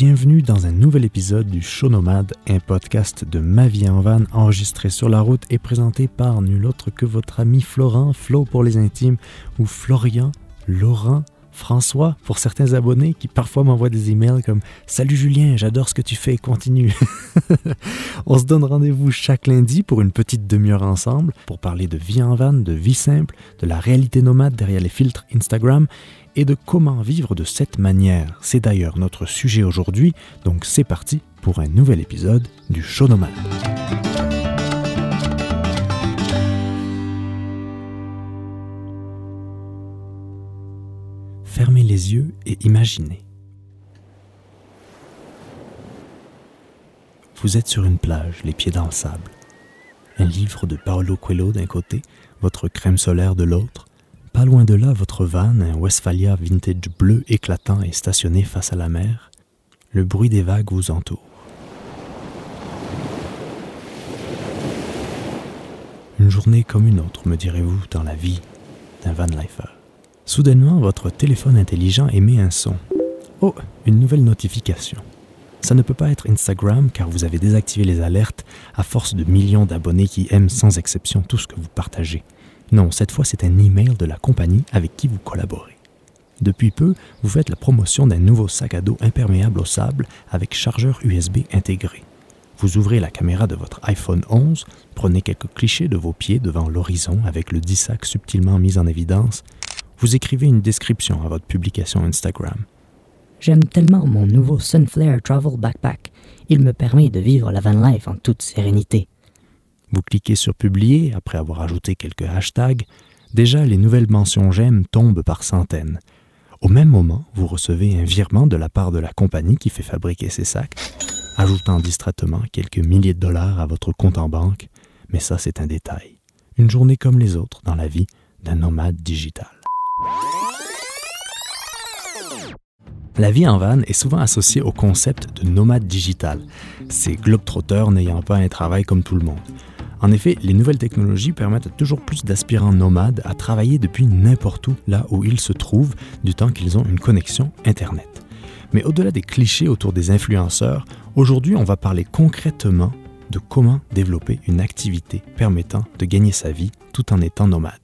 bienvenue dans un nouvel épisode du Show Nomade, un podcast de Ma vie en van enregistré sur la route et présenté par nul autre que votre ami Florent, Flo pour les intimes, ou Florian, Laurent, François pour certains abonnés qui parfois m'envoient des emails comme « Salut Julien, j'adore ce que tu fais, continue !» On se donne rendez-vous chaque lundi pour une petite demi-heure ensemble pour parler de vie en van, de vie simple, de la réalité nomade derrière les filtres Instagram et de comment vivre de cette manière. C'est d'ailleurs notre sujet aujourd'hui, donc c'est parti pour un nouvel épisode du Show Nomade. Fermez les yeux et imaginez. Vous êtes sur une plage, les pieds dans le sable. Un livre de Paulo Coelho d'un côté, votre crème solaire de l'autre. Pas loin de là, votre van, un Westphalia vintage bleu éclatant est stationné face à la mer. Le bruit des vagues vous entoure. Une journée comme une autre, me direz-vous, dans la vie d'un vanlifer. Soudainement, votre téléphone intelligent émet un son. Oh, une nouvelle notification. Ça ne peut pas être Instagram car vous avez désactivé les alertes à force de millions d'abonnés qui aiment sans exception tout ce que vous partagez. Non, cette fois c'est un email de la compagnie avec qui vous collaborez. Depuis peu, vous faites la promotion d'un nouveau sac à dos imperméable au sable avec chargeur USB intégré. Vous ouvrez la caméra de votre iPhone 11, prenez quelques clichés de vos pieds devant l'horizon avec le 10 sac subtilement mis en évidence. Vous écrivez une description à votre publication Instagram. J'aime tellement mon nouveau Sunflare Travel Backpack. Il me permet de vivre la van life en toute sérénité. Vous cliquez sur publier après avoir ajouté quelques hashtags. Déjà, les nouvelles mentions j'aime tombent par centaines. Au même moment, vous recevez un virement de la part de la compagnie qui fait fabriquer ces sacs, ajoutant distraitement quelques milliers de dollars à votre compte en banque. Mais ça, c'est un détail. Une journée comme les autres dans la vie d'un nomade digital. La vie en van est souvent associée au concept de nomade digital, ces globetrotters n'ayant pas un travail comme tout le monde. En effet, les nouvelles technologies permettent à toujours plus d'aspirants nomades à travailler depuis n'importe où, là où ils se trouvent, du temps qu'ils ont une connexion Internet. Mais au-delà des clichés autour des influenceurs, aujourd'hui on va parler concrètement de comment développer une activité permettant de gagner sa vie tout en étant nomade.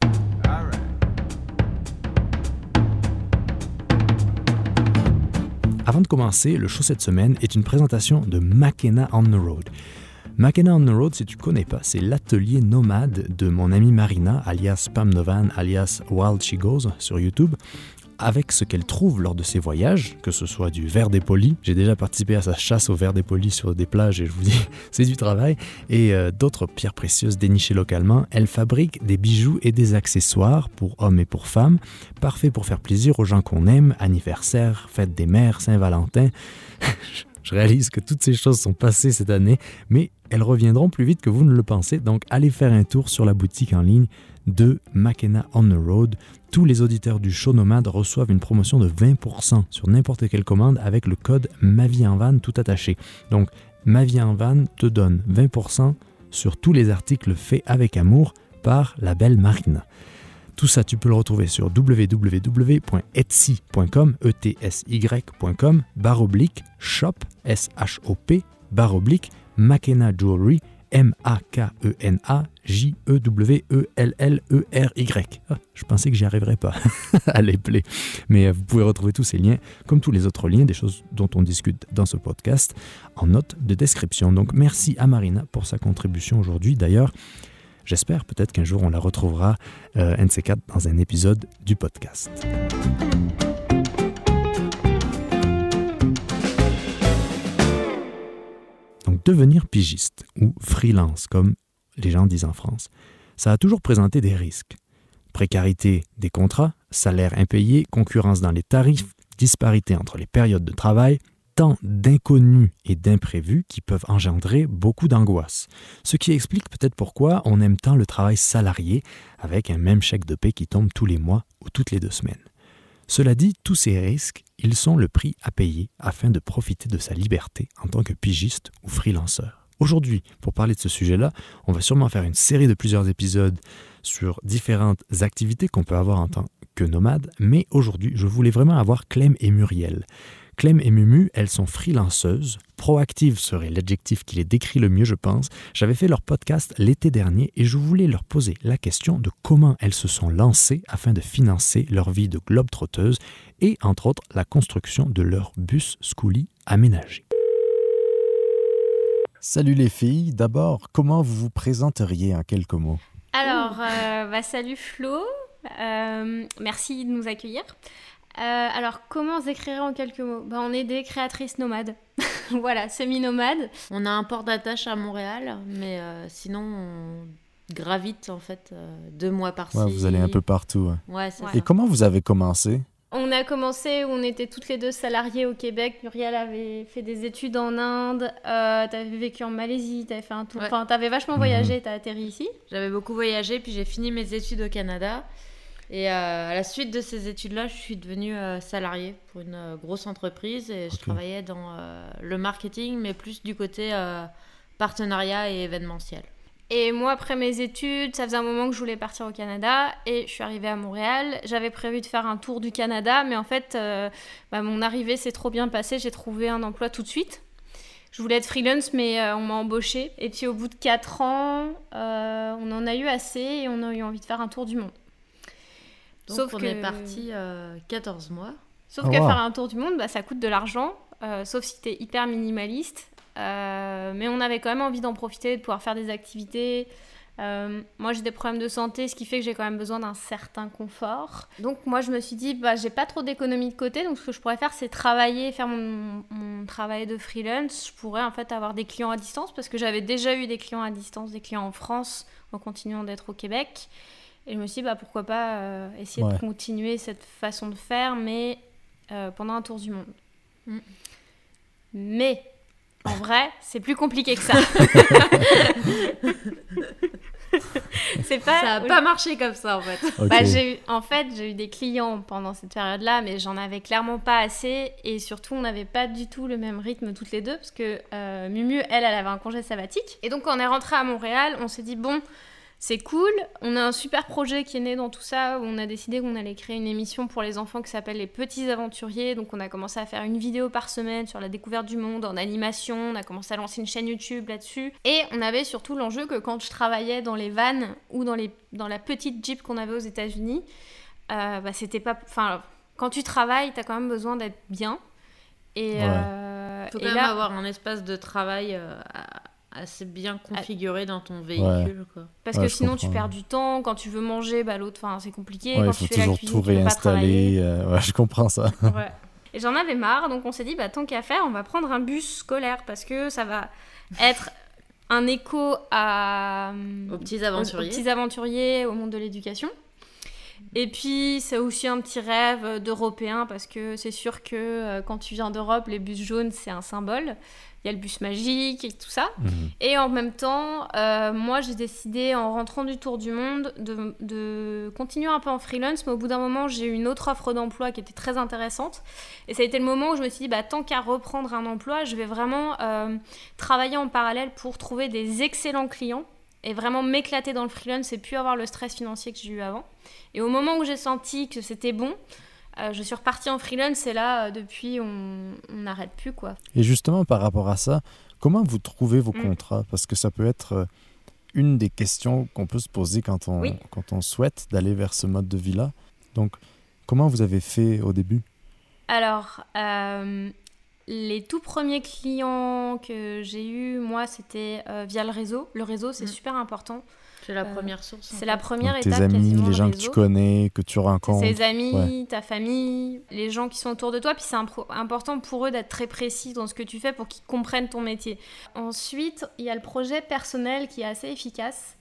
Avant de commencer, le show cette semaine est une présentation de Makena on the Road. Makena on the Road, si tu ne connais pas, c'est l'atelier nomade de mon amie Marina, alias Pam Novan, alias Wild She Goes sur YouTube, avec ce qu'elle trouve lors de ses voyages, que ce soit du verre dépoli. J'ai déjà participé à sa chasse au verre dépoli sur des plages et je vous dis, c'est du travail. Et d'autres pierres précieuses dénichées localement. Elle fabrique des bijoux et des accessoires pour hommes et pour femmes, parfaits pour faire plaisir aux gens qu'on aime, anniversaire, fête des mères, Saint-Valentin. Je réalise que toutes ces choses sont passées cette année, mais elles reviendront plus vite que vous ne le pensez. Donc allez faire un tour sur la boutique en ligne de Makena on the Road. Tous les auditeurs du Show Nomade reçoivent une promotion de 20% sur n'importe quelle commande avec le code MAVIENVAN tout attaché. Donc, MAVIENVAN te donne 20% sur tous les articles faits avec amour par la belle Marina. Tout ça, tu peux le retrouver sur www.etsy.com, /shop, S-H-O-P, /Makena Jewelry, MAKENA-JEWELLERY. Je pensais que j'y arriverais pas à l'épeler. Mais vous pouvez retrouver tous ces liens, comme tous les autres liens, des choses dont on discute dans ce podcast, en note de description. Donc merci à Marina pour sa contribution aujourd'hui. D'ailleurs, j'espère peut-être qu'un jour on la retrouvera, un de ces quatre, dans un épisode du podcast. Donc, devenir pigiste ou freelance, comme les gens disent en France, ça a toujours présenté des risques. Précarité des contrats, salaire impayé, concurrence dans les tarifs, disparité entre les périodes de travail, tant d'inconnus et d'imprévus qui peuvent engendrer beaucoup d'angoisse. Ce qui explique peut-être pourquoi on aime tant le travail salarié avec un même chèque de paie qui tombe tous les mois ou toutes les 2 semaines. Cela dit, tous ces risques, ils sont le prix à payer afin de profiter de sa liberté en tant que pigiste ou freelanceur. Aujourd'hui, pour parler de ce sujet-là, on va sûrement faire une série de plusieurs épisodes sur différentes activités qu'on peut avoir en tant que nomade, mais aujourd'hui, je voulais vraiment avoir Clem et Muriel. Clem et Mumu, elles sont freelanceuses. Proactive serait l'adjectif qui les décrit le mieux, je pense. J'avais fait leur podcast l'été dernier et je voulais leur poser la question de comment elles se sont lancées afin de financer leur vie de globe-trotteuse et, entre autres, la construction de leur bus Schoolie aménagé. Salut les filles, d'abord, comment vous vous présenteriez en quelques mots? Alors, salut Flo, merci de nous accueillir. Alors, comment s'écrirait en quelques mots? On est des créatrices nomades, voilà, semi-nomades. On a un port d'attache à Montréal, mais sinon on gravite en fait 2 mois par-ci. Ouais, vous allez un peu partout. Ouais, c'est ça. Et comment vous avez commencé? On a commencé, on était toutes les deux salariées au Québec. Muriel avait fait des études en Inde, t'avais vécu en Malaisie, t'avais fait un tour, enfin t'avais vachement voyagé, t'as atterri ici. J'avais beaucoup voyagé, puis j'ai fini mes études au Canada. Et à la suite de ces études-là, je suis devenue salariée pour une grosse entreprise et je travaillais dans le marketing, mais plus du côté partenariat et événementiel. Et moi, après mes études, ça faisait un moment que je voulais partir au Canada et je suis arrivée à Montréal. J'avais prévu de faire un tour du Canada, mais en fait, mon arrivée s'est trop bien passée. J'ai trouvé un emploi tout de suite. Je voulais être freelance, mais on m'a embauchée. Et puis au bout de 4 ans, on en a eu assez et on a eu envie de faire un tour du monde. Donc sauf on est parti 14 mois. Sauf que faire un tour du monde, ça coûte de l'argent, sauf si t'es hyper minimaliste. Mais on avait quand même envie d'en profiter, de pouvoir faire des activités. Moi, j'ai des problèmes de santé, ce qui fait que j'ai quand même besoin d'un certain confort. Donc moi, je me suis dit, j'ai pas trop d'économie de côté, donc ce que je pourrais faire, c'est travailler, faire mon travail de freelance. Je pourrais en fait avoir des clients à distance, parce que j'avais déjà eu des clients à distance, des clients en France, en continuant d'être au Québec. Et je me suis dit, pourquoi pas essayer de continuer cette façon de faire, mais pendant un tour du monde. Mais, en vrai, c'est plus compliqué que ça. Ça n'a pas marché comme ça, en fait. Okay. J'ai eu des clients pendant cette période-là, mais j'en avais clairement pas assez. Et surtout, on n'avait pas du tout le même rythme toutes les deux, parce que Mumu, elle avait un congé sabbatique. Et donc, quand on est rentré à Montréal, on s'est dit, c'est cool, on a un super projet qui est né dans tout ça, où on a décidé qu'on allait créer une émission pour les enfants qui s'appelle Les Petits Aventuriers. Donc on a commencé à faire une vidéo par semaine sur la découverte du monde en animation, on a commencé à lancer une chaîne YouTube là-dessus. Et on avait surtout l'enjeu que quand je travaillais dans les vannes ou dans la petite Jeep qu'on avait aux États-Unis, c'était pas... Enfin, quand tu travailles, t'as quand même besoin d'être bien. Et faut quand même avoir un espace de travail... assez bien configuré dans ton véhicule, quoi. Parce que sinon tu perds du temps, quand tu veux manger, l'autre, c'est compliqué, quand tu fais la cuisine, tout réinstaller, je comprends ça. Et j'en avais marre, donc on s'est dit, tant qu'à faire, on va prendre un bus scolaire, parce que ça va être un écho aux petits aventuriers, au monde de l'éducation. Et puis c'est aussi un petit rêve d'Européen, parce que c'est sûr que quand tu viens d'Europe, les bus jaunes, c'est un symbole. Il y a le bus magique et tout ça. Et en même temps, moi, j'ai décidé, en rentrant du tour du monde, de continuer un peu en freelance. Mais au bout d'un moment, j'ai eu une autre offre d'emploi qui était très intéressante. Et ça a été le moment où je me suis dit, tant qu'à reprendre un emploi, je vais vraiment travailler en parallèle pour trouver des excellents clients et vraiment m'éclater dans le freelance et plus avoir le stress financier que j'ai eu avant. Et au moment où j'ai senti que c'était bon, je suis repartie en freelance et là, depuis, on n'arrête plus, quoi. Et justement, par rapport à ça, comment vous trouvez vos contrats? Parce que ça peut être une des questions qu'on peut se poser quand on souhaite d'aller vers ce mode de vie-là. Donc, comment vous avez fait au début? Alors, les tout premiers clients que j'ai eus, moi, c'était via le réseau. Le réseau, c'est super important. C'est la première source. C'est la première donc, étape. Tes amis, les gens que tu connais, que tu rencontres. Tes amis, ta famille, les gens qui sont autour de toi. Puis c'est important pour eux d'être très précis dans ce que tu fais pour qu'ils comprennent ton métier. Ensuite, il y a le projet personnel qui est assez efficace.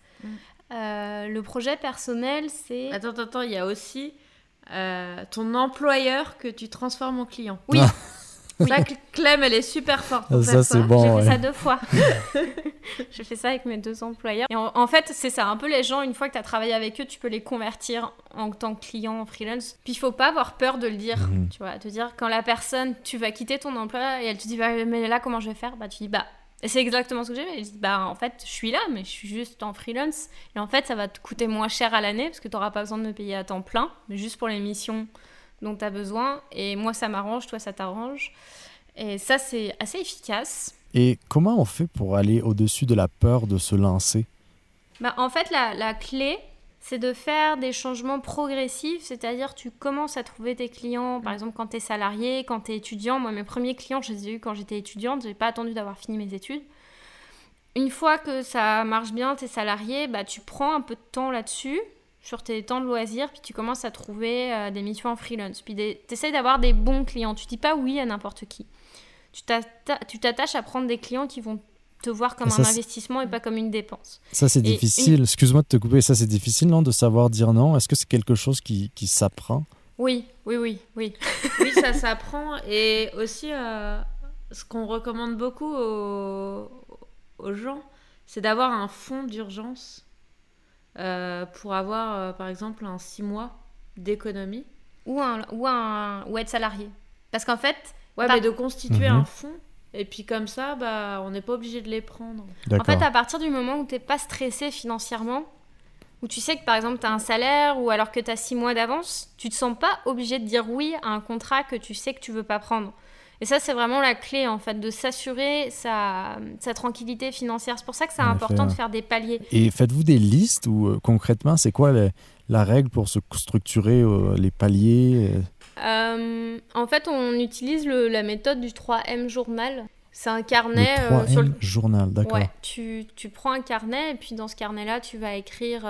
Le projet personnel, c'est... Attends, il y a aussi ton employeur que tu transformes en client. Oui. Ça, Clem, elle est super forte pour ça. faire C'est bon, J'ai fait ça 2 fois. J'ai fait ça avec mes 2 employeurs. Et en fait, c'est ça. Un peu les gens, une fois que tu as travaillé avec eux, tu peux les convertir en tant que client en freelance. Puis il faut pas avoir peur de le dire. Tu vois, te dire quand la personne, tu vas quitter ton emploi et elle te dit, mais là, comment je vais faire? Tu dis, et c'est exactement ce que j'ai fait. Je dis, en fait, je suis là, mais je suis juste en freelance. Et en fait, ça va te coûter moins cher à l'année parce que tu n'auras pas besoin de me payer à temps plein, mais juste pour les missions dont tu as besoin. Et moi, ça m'arrange, toi, ça t'arrange. Et ça, c'est assez efficace. Et comment on fait pour aller au-dessus de la peur de se lancer? En fait, la clé, c'est de faire des changements progressifs, c'est-à-dire tu commences à trouver tes clients, par exemple quand tu es salarié, quand tu es étudiant. Moi, mes premiers clients, je les ai eus quand j'étais étudiante, je n'ai pas attendu d'avoir fini mes études. Une fois que ça marche bien, tu es salarié, tu prends un peu de temps là-dessus, sur tes temps de loisirs, puis tu commences à trouver des missions en freelance. Puis tu essaies d'avoir des bons clients, tu ne dis pas oui à n'importe qui. Tu t'attaches à prendre des clients qui vont te voir comme un investissement et pas comme une dépense. Ça, c'est difficile. Excuse-moi de te couper. Ça, c'est difficile, non, de savoir dire non? Est-ce que c'est quelque chose qui s'apprend? Oui. Oui, ça s'apprend. Et aussi, ce qu'on recommande beaucoup aux gens, c'est d'avoir un fonds d'urgence pour avoir, par exemple, un 6 mois d'économie. Ou être salarié. Parce qu'en fait... mais de constituer un fonds. Et puis comme ça, on n'est pas obligé de les prendre. En fait, à partir du moment où tu n'es pas stressé financièrement, où tu sais que par exemple tu as un salaire ou alors que tu as 6 mois d'avance, tu ne te sens pas obligé de dire oui à un contrat que tu sais que tu ne veux pas prendre. Et ça, c'est vraiment la clé en fait, de s'assurer sa tranquillité financière. C'est pour ça que c'est important de faire des paliers. Et faites-vous des listes ou concrètement, c'est quoi la règle pour se structurer les paliers? En fait, on utilise la méthode du 3M journal. C'est un carnet... Le 3M journal, d'accord. Ouais, tu prends un carnet et puis dans ce carnet-là, tu vas écrire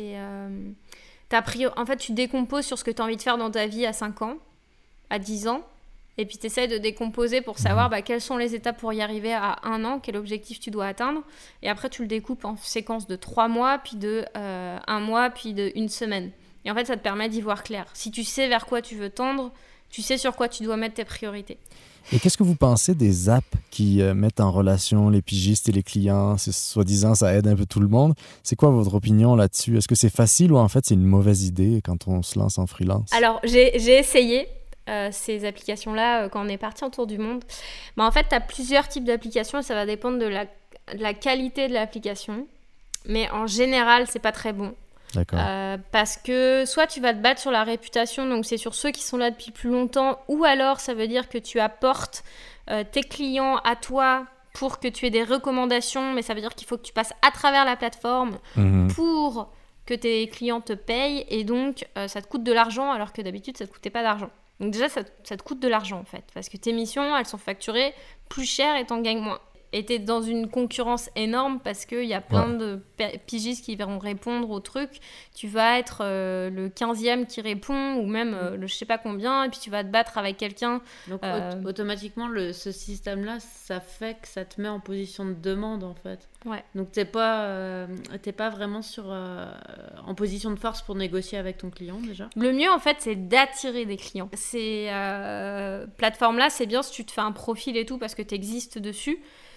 en fait, tu décomposes sur ce que tu as envie de faire dans ta vie à 5 ans, à 10 ans, et puis tu essaies de décomposer pour savoir quelles sont les étapes pour y arriver à 1 an, quel objectif tu dois atteindre. Et après, tu le découpes en séquences de 3 mois, puis de 1 mois, puis de 1 semaine. Et en fait, ça te permet d'y voir clair. Si tu sais vers quoi tu veux tendre, tu sais sur quoi tu dois mettre tes priorités. Et qu'est-ce que vous pensez des apps qui mettent en relation les pigistes et les clients? Soi-disant, ça aide un peu tout le monde. C'est quoi votre opinion là-dessus? Est-ce que c'est facile ou en fait c'est une mauvaise idée quand on se lance en freelance? Alors, j'ai essayé ces applications-là quand on est parti en tour du monde. En fait, tu as plusieurs types d'applications et ça va dépendre de la qualité de l'application. Mais en général, c'est pas très bon. D'accord. Parce que soit tu vas te battre sur la réputation, donc c'est sur ceux qui sont là depuis plus longtemps, ou alors ça veut dire que tu apportes tes clients à toi pour que tu aies des recommandations, mais ça veut dire qu'il faut que tu passes à travers la plateforme pour que tes clients te payent, et donc ça te coûte de l'argent alors que d'habitude ça te coûtait pas d'argent. Donc déjà ça te coûte de l'argent en fait, parce que tes missions elles sont facturées plus cher et t'en gagnes moins. Et t'es dans une concurrence énorme parce qu'il y a plein de pigistes qui vont répondre au truc. Tu vas être le 15e qui répond ou même le je sais pas combien, et puis tu vas te battre avec quelqu'un. Donc automatiquement, ce système-là, ça fait que ça te met en position de demande en fait. Ouais. Donc t'es pas vraiment en position de force pour négocier avec ton client déjà. Le mieux en fait, c'est d'attirer des clients. Ces plateformes-là, c'est bien si tu te fais un profil et tout parce que tu existes dessus.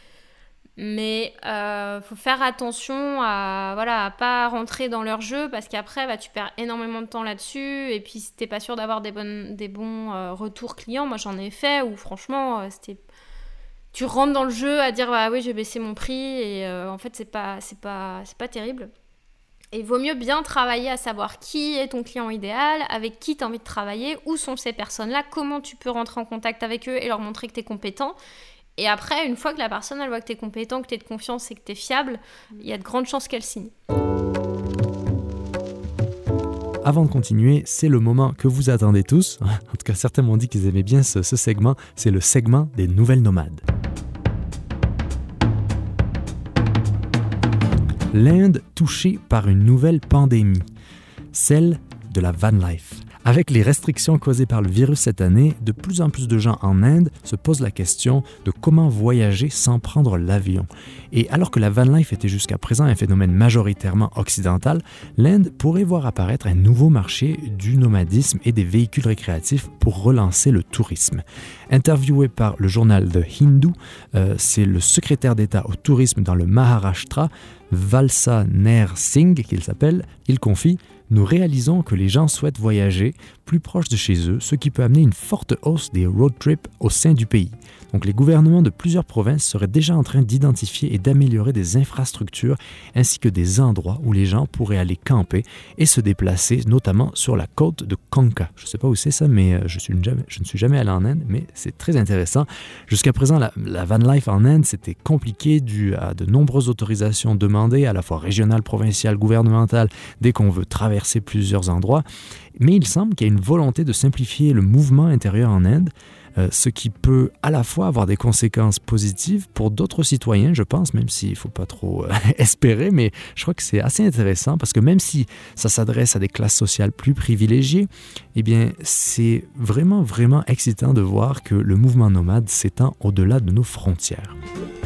Mais faut faire attention à pas rentrer dans leur jeu parce qu'après tu perds énormément de temps là-dessus et puis si t'es pas sûr d'avoir des bons retours clients, moi j'en ai fait où franchement tu rentres dans le jeu à dire oui je vais baisser mon prix et en fait c'est pas terrible. Et il vaut mieux bien travailler à savoir qui est ton client idéal, avec qui tu as envie de travailler, où sont ces personnes-là, comment tu peux rentrer en contact avec eux et leur montrer que tu es compétent. Et après, une fois que la personne elle voit que tu es compétent, que tu es de confiance et que tu es fiable, il y a de grandes chances qu'elle signe. Avant de continuer, c'est le moment que vous attendez tous. En tout cas, certains m'ont dit qu'ils aimaient bien ce segment. C'est le segment des nouvelles nomades. L'Inde touchée par une nouvelle pandémie, celle de la van life. Avec les restrictions causées par le virus cette année, de plus en plus de gens en Inde se posent la question de comment voyager sans prendre l'avion. Et alors que la van life était jusqu'à présent un phénomène majoritairement occidental, l'Inde pourrait voir apparaître un nouveau marché du nomadisme et des véhicules récréatifs pour relancer le tourisme. Interviewé par le journal The Hindu, c'est le secrétaire d'État au tourisme dans le Maharashtra, Valsa Nair Singh, qu'il s'appelle, il confie « Nous réalisons que les gens souhaitent voyager plus proche de chez eux, ce qui peut amener une forte hausse des road trips au sein du pays. » Donc les gouvernements de plusieurs provinces seraient déjà en train d'identifier et d'améliorer des infrastructures ainsi que des endroits où les gens pourraient aller camper et se déplacer, notamment sur la côte de Konka. Je ne sais pas où c'est ça, mais je ne suis jamais allé en Inde, mais c'est très intéressant. Jusqu'à présent, la van life en Inde, c'était compliqué dû à de nombreuses autorisations demandées, à la fois régionales, provinciales, gouvernementales, dès qu'on veut traverser plusieurs endroits. Mais il semble qu'il y a une volonté de simplifier le mouvement intérieur en Inde, ce qui peut à la fois avoir des conséquences positives pour d'autres citoyens, je pense, même s'il ne faut pas trop espérer, mais je crois que c'est assez intéressant parce que même si ça s'adresse à des classes sociales plus privilégiées, eh bien, c'est vraiment, vraiment excitant de voir que le mouvement nomade s'étend au-delà de nos frontières.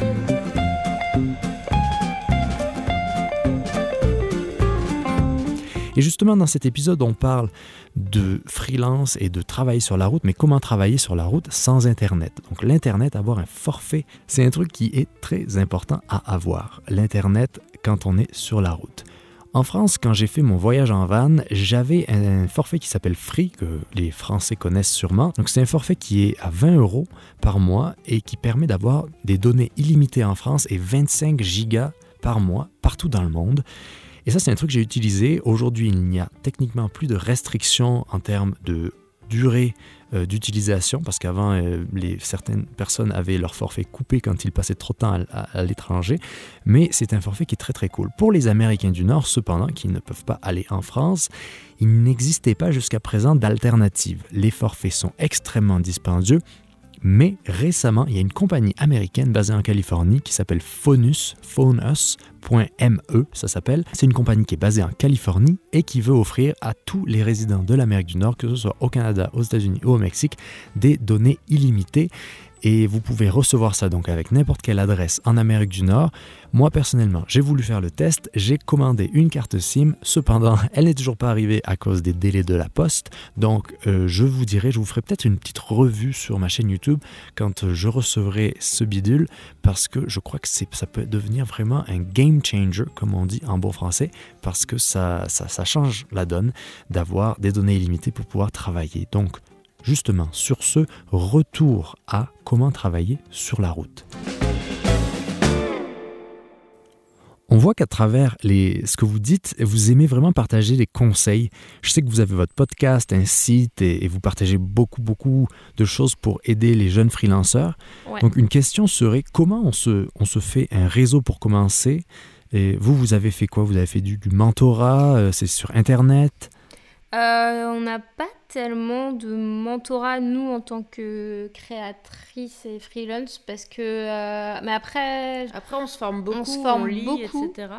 Et justement, dans cet épisode, on parle de freelance et de travail sur la route, mais comment travailler sur la route sans Internet. Donc l'Internet, avoir un forfait, c'est un truc qui est très important à avoir. L'Internet quand on est sur la route. En France, quand j'ai fait mon voyage en van, j'avais un forfait qui s'appelle Free, que les Français connaissent sûrement. Donc c'est un forfait qui est à 20 € par mois et qui permet d'avoir des données illimitées en France et 25 gigas par mois partout dans le monde. Et ça, c'est un truc que j'ai utilisé. Aujourd'hui, il n'y a techniquement plus de restrictions en termes de durée d'utilisation, parce qu'avant, certaines personnes avaient leur forfait coupé quand ils passaient trop de temps à l'étranger. Mais c'est un forfait qui est très, très cool. Pour les Américains du Nord, cependant, qui ne peuvent pas aller en France, il n'existait pas jusqu'à présent d'alternative. Les forfaits sont extrêmement dispendieux. Mais récemment, il y a une compagnie américaine basée en Californie qui s'appelle Phonus, phonus.me, ça s'appelle. C'est une compagnie qui est basée en Californie et qui veut offrir à tous les résidents de l'Amérique du Nord, que ce soit au Canada, aux États-Unis ou au Mexique, des données illimitées. Et vous pouvez recevoir ça donc avec n'importe quelle adresse en Amérique du Nord. Moi, personnellement, j'ai voulu faire le test. J'ai commandé une carte SIM. Cependant, elle n'est toujours pas arrivée à cause des délais de la poste. Donc, je vous ferai peut-être une petite revue sur ma chaîne YouTube quand je recevrai ce bidule, parce que je crois que ça peut devenir vraiment un game changer, comme on dit en bon français, parce que ça change la donne d'avoir des données illimitées pour pouvoir travailler. Donc, justement, sur ce, retour à comment travailler sur la route. On voit qu'à travers ce que vous dites, vous aimez vraiment partager les conseils. Je sais que vous avez votre podcast, un site, et vous partagez beaucoup, beaucoup de choses pour aider les jeunes freelanceurs. Ouais. Donc, une question serait, comment on se fait un réseau pour commencer? Et vous avez fait quoi? Vous avez fait du mentorat? C'est sur Internet? On n'a pas tellement de mentorat, nous, en tant que créatrice et freelance, parce que... mais après, on se forme beaucoup, on lit, beaucoup. Etc.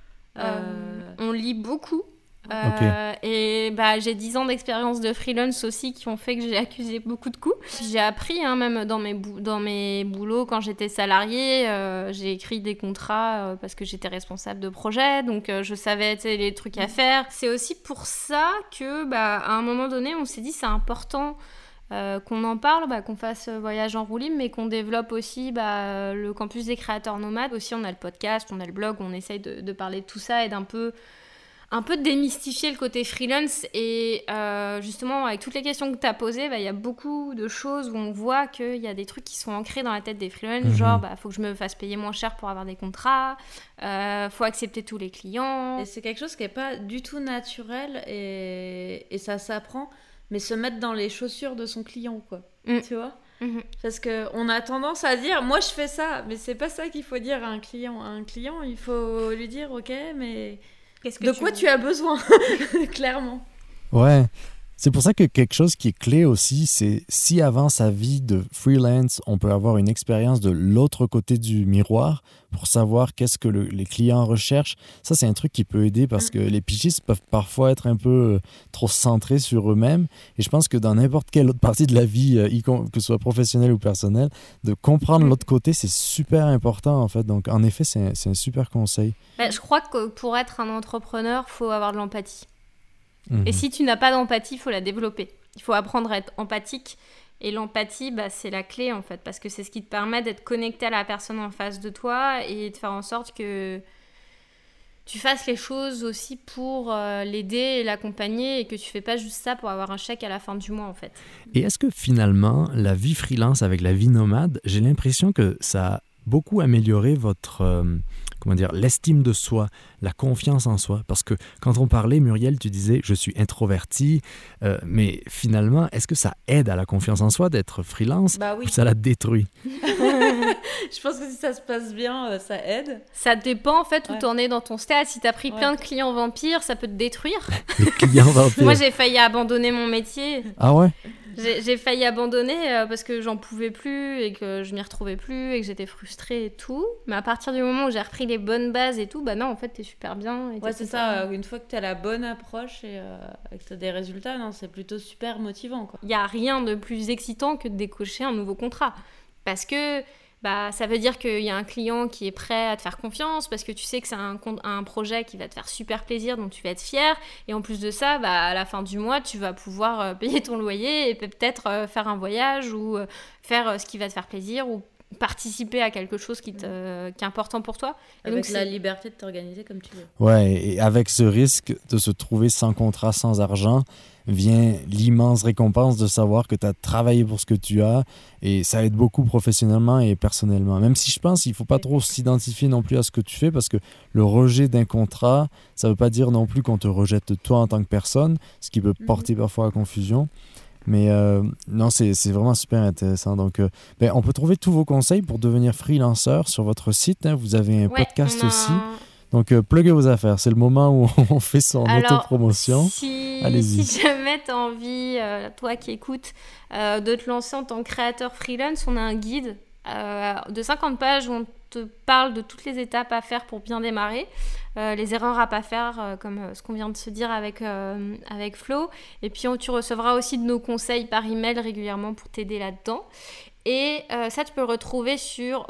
On lit beaucoup. Okay. Et j'ai 10 ans d'expérience de freelance aussi qui ont fait que j'ai accusé beaucoup de coups. J'ai appris, même dans mes boulots, quand j'étais salariée, j'ai écrit des contrats parce que j'étais responsable de projet, donc je savais les trucs à faire. C'est aussi pour ça que, à un moment donné, on s'est dit c'est important qu'on en parle, qu'on fasse Voyage en roue libre, mais qu'on développe aussi le campus des créateurs nomades. Aussi, on a le podcast, on a le blog, on essaye de parler de tout ça et d'un peu démystifier le côté freelance. Et justement, avec toutes les questions que tu as posées, il y a beaucoup de choses où on voit qu'il y a des trucs qui sont ancrés dans la tête des freelance, genre faut que je me fasse payer moins cher pour avoir des contrats, faut accepter tous les clients. Et c'est quelque chose qui n'est pas du tout naturel et ça s'apprend, mais se mettre dans les chaussures de son client, quoi. Tu vois ? Parce qu'on a tendance à dire, moi je fais ça, mais c'est pas ça qu'il faut dire à un client. À un client, il faut lui dire, ok, mais... de quoi tu as besoin, clairement. Ouais, c'est pour ça que quelque chose qui est clé aussi, c'est si avant sa vie de freelance, on peut avoir une expérience de l'autre côté du miroir pour savoir qu'est-ce que les clients recherchent. Ça, c'est un truc qui peut aider parce que les pigistes peuvent parfois être un peu trop centrés sur eux-mêmes. Et je pense que dans n'importe quelle autre partie de la vie, que ce soit professionnelle ou personnelle, de comprendre l'autre côté, c'est super important en fait. Donc, en effet, c'est un super conseil. Je crois que pour être un entrepreneur, il faut avoir de l'empathie. Et si tu n'as pas d'empathie, il faut la développer. Il faut apprendre à être empathique. Et l'empathie, c'est la clé, en fait, parce que c'est ce qui te permet d'être connecté à la personne en face de toi et de faire en sorte que tu fasses les choses aussi pour l'aider et l'accompagner et que tu fais pas juste ça pour avoir un chèque à la fin du mois en fait. Et est-ce que finalement, la vie freelance avec la vie nomade, j'ai l'impression que ça a beaucoup amélioré votre, l'estime de soi, la confiance en soi. Parce que quand on parlait, Muriel, tu disais « je suis introvertie », mais finalement, est-ce que ça aide à la confiance en soi d'être freelance ou ça la détruit? Je pense que si ça se passe bien, ça aide. Ça dépend en fait où t'en es dans ton stade. Si t'as pris plein de clients vampires, ça peut te détruire. Les clients vampires. Moi, j'ai failli abandonner mon métier. Ah ouais? J'ai failli abandonner parce que j'en pouvais plus et que je m'y retrouvais plus et que j'étais frustrée et tout. Mais à partir du moment où j'ai repris les bonnes bases et tout, bah non, en fait, t'es super bien. Et c'est ça. Une fois que t'as la bonne approche et que t'as des résultats, non, c'est plutôt super motivant, quoi. Il y a rien de plus excitant que de décocher un nouveau contrat. Parce que ça veut dire qu'il y a un client qui est prêt à te faire confiance parce que tu sais que c'est un projet qui va te faire super plaisir, dont tu vas être fier. Et en plus de ça, à la fin du mois, tu vas pouvoir payer ton loyer et peut-être faire un voyage ou faire ce qui va te faire plaisir ou participer à quelque chose qui est important pour toi. Et avec donc, la liberté de t'organiser comme tu veux. Ouais, et avec ce risque de se trouver sans contrat, sans argent, vient l'immense récompense de savoir que tu as travaillé pour ce que tu as et ça aide beaucoup professionnellement et personnellement. Même si je pense qu'il ne faut pas trop s'identifier non plus à ce que tu fais parce que le rejet d'un contrat, ça ne veut pas dire non plus qu'on te rejette toi en tant que personne, ce qui peut porter parfois à confusion. Mais non, c'est vraiment super intéressant. Donc, on peut trouver tous vos conseils pour devenir freelanceur sur votre site. Hein. Vous avez un podcast aussi. Donc, pluguez vos affaires. C'est le moment où on fait son autopromotion. Allez-y. Si jamais tu as envie, toi qui écoutes, de te lancer en tant que créateur freelance, on a un guide de 50 pages où on te parle de toutes les étapes à faire pour bien démarrer, les erreurs à pas faire, comme ce qu'on vient de se dire avec Flo. Et puis, tu recevras aussi de nos conseils par email régulièrement pour t'aider là-dedans. Et ça, tu peux le retrouver sur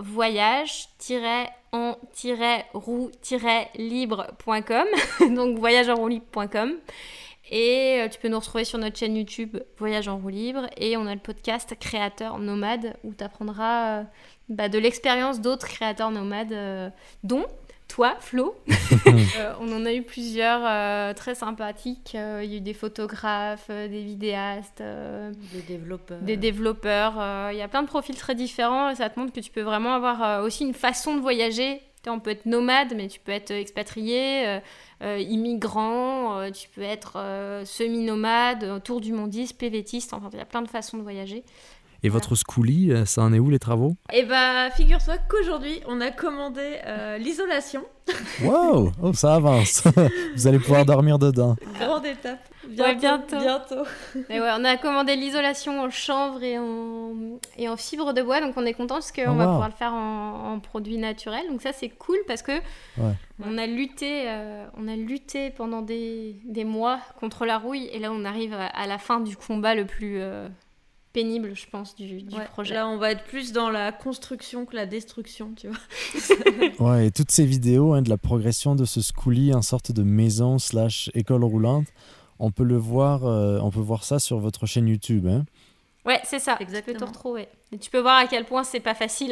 voyage-en-roue-libre.com donc voyage-en-roue-libre.com. Et tu peux nous retrouver sur notre chaîne YouTube Voyage en roue libre. Et on a le podcast Créateur Nomade où tu apprendras de l'expérience d'autres créateurs nomades, dont toi, Flo. On en a eu plusieurs très sympathiques. Il y a eu des photographes, des vidéastes, des développeurs. Il y a plein de profils très différents. Et ça te montre que tu peux vraiment avoir aussi une façon de voyager. On peut être nomade, mais tu peux être expatrié, immigrant, tu peux être semi-nomade, tour du mondiste, PVTiste. Enfin, il y a plein de façons de voyager. Et votre schoolie, ça en est où les travaux? Eh bien, figure-toi qu'aujourd'hui, on a commandé l'isolation. Wow! Oh, ça avance. Vous allez pouvoir dormir dedans. Grande étape. Bientôt. Et on a commandé l'isolation en chanvre et en fibre de bois, donc on est content parce qu'on va pouvoir le faire en produits naturels. Donc ça, c'est cool parce que on a lutté pendant des mois contre la rouille et là, on arrive à la fin du combat le plus pénible, je pense, du projet. Là, on va être plus dans la construction que la destruction, tu vois. Ouais, et toutes ces vidéos de la progression de ce schoolie en sorte de maison / école roulante, on peut voir ça sur votre chaîne YouTube. Hein. Ouais, c'est ça. Exactement. Tu peux te retrouver. Et tu peux voir à quel point c'est pas facile.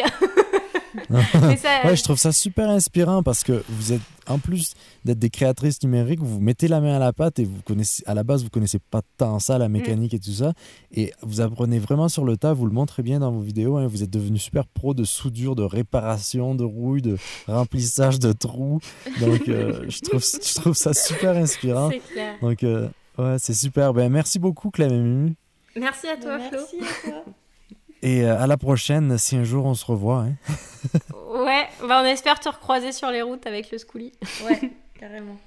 Ouais, je trouve ça super inspirant parce que vous êtes, en plus d'être des créatrices numériques, vous mettez la main à la pâte et à la base, vous connaissez pas tant ça, la mécanique et tout ça. Et vous apprenez vraiment sur le tas, vous le montrez bien dans vos vidéos. Hein, vous êtes devenu super pro de soudure, de réparation, de rouille, de remplissage de trous. Donc, je trouve ça super inspirant. C'est clair. Donc, c'est super. Merci beaucoup, Clem et Mimi. Merci à toi, Flo. Merci à toi. Et à la prochaine, si un jour on se revoit. Hein. Ouais, on espère te recroiser sur les routes avec le schoolie. Ouais, carrément.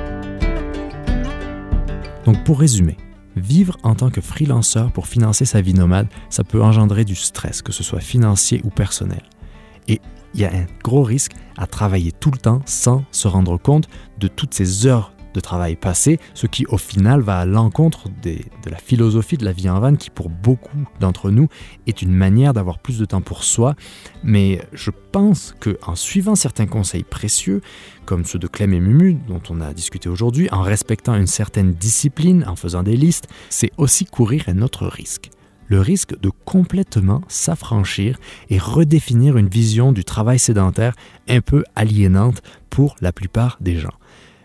Donc pour résumer, vivre en tant que freelanceur pour financer sa vie nomade, ça peut engendrer du stress, que ce soit financier ou personnel. Et il y a un gros risque à travailler tout le temps sans se rendre compte de toutes ces heures de travail passé, ce qui au final va à l'encontre de la philosophie de la vie en van qui pour beaucoup d'entre nous est une manière d'avoir plus de temps pour soi. Mais je pense qu'en suivant certains conseils précieux, comme ceux de Clem et Mumu dont on a discuté aujourd'hui, en respectant une certaine discipline, en faisant des listes, c'est aussi courir un autre risque. Le risque de complètement s'affranchir et redéfinir une vision du travail sédentaire un peu aliénante pour la plupart des gens.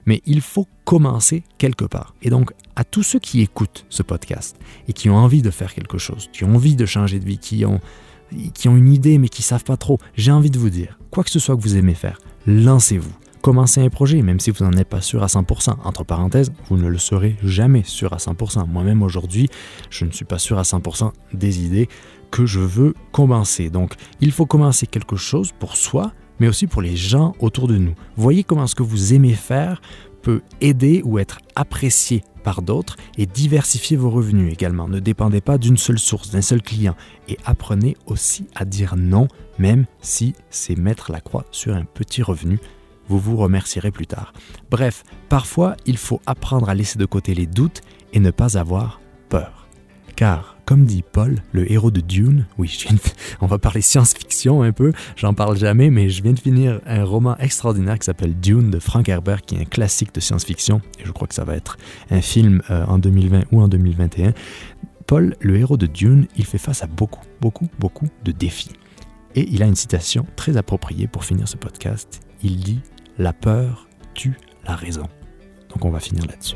Mais il faut commencer quelque part. Et donc, à tous ceux qui écoutent ce podcast et qui ont envie de faire quelque chose, qui ont envie de changer de vie, qui ont une idée mais qui ne savent pas trop, j'ai envie de vous dire, quoi que ce soit que vous aimez faire, lancez-vous. Commencez un projet, même si vous n'en êtes pas sûr à 100%. Entre parenthèses, vous ne le serez jamais sûr à 100%. Moi-même, aujourd'hui, je ne suis pas sûr à 100% des idées que je veux commencer. Donc, il faut commencer quelque chose pour soi, mais aussi pour les gens autour de nous. Voyez comment ce que vous aimez faire peut aider ou être apprécié par d'autres et diversifier vos revenus également. Ne dépendez pas d'une seule source, d'un seul client et apprenez aussi à dire non, même si c'est mettre la croix sur un petit revenu. Vous vous remercierez plus tard. Bref, parfois, il faut apprendre à laisser de côté les doutes et ne pas avoir peur. Car, comme dit Paul, le héros de Dune, on va parler science-fiction un peu, j'en parle jamais, mais je viens de finir un roman extraordinaire qui s'appelle Dune de Frank Herbert, qui est un classique de science-fiction, et je crois que ça va être un film en 2020 ou en 2021. Paul, le héros de Dune, il fait face à beaucoup de défis. Et il a une citation très appropriée pour finir ce podcast. Il dit « La peur tue la raison ». Donc on va finir là-dessus.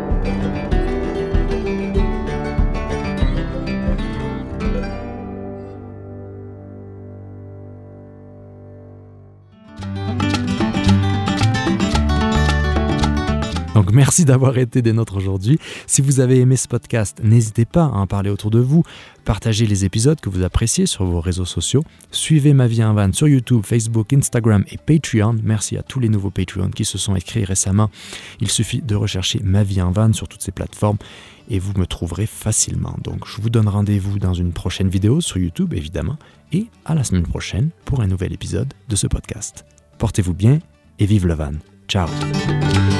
Donc merci d'avoir été des nôtres aujourd'hui. Si vous avez aimé ce podcast, n'hésitez pas à en parler autour de vous. Partagez les épisodes que vous appréciez sur vos réseaux sociaux. Suivez Ma Vie en Van sur YouTube, Facebook, Instagram et Patreon. Merci à tous les nouveaux Patreons qui se sont inscrits récemment. Il suffit de rechercher Ma Vie en Van sur toutes ces plateformes et vous me trouverez facilement. Donc je vous donne rendez-vous dans une prochaine vidéo sur YouTube évidemment et à la semaine prochaine pour un nouvel épisode de ce podcast. Portez-vous bien et vive le van. Ciao!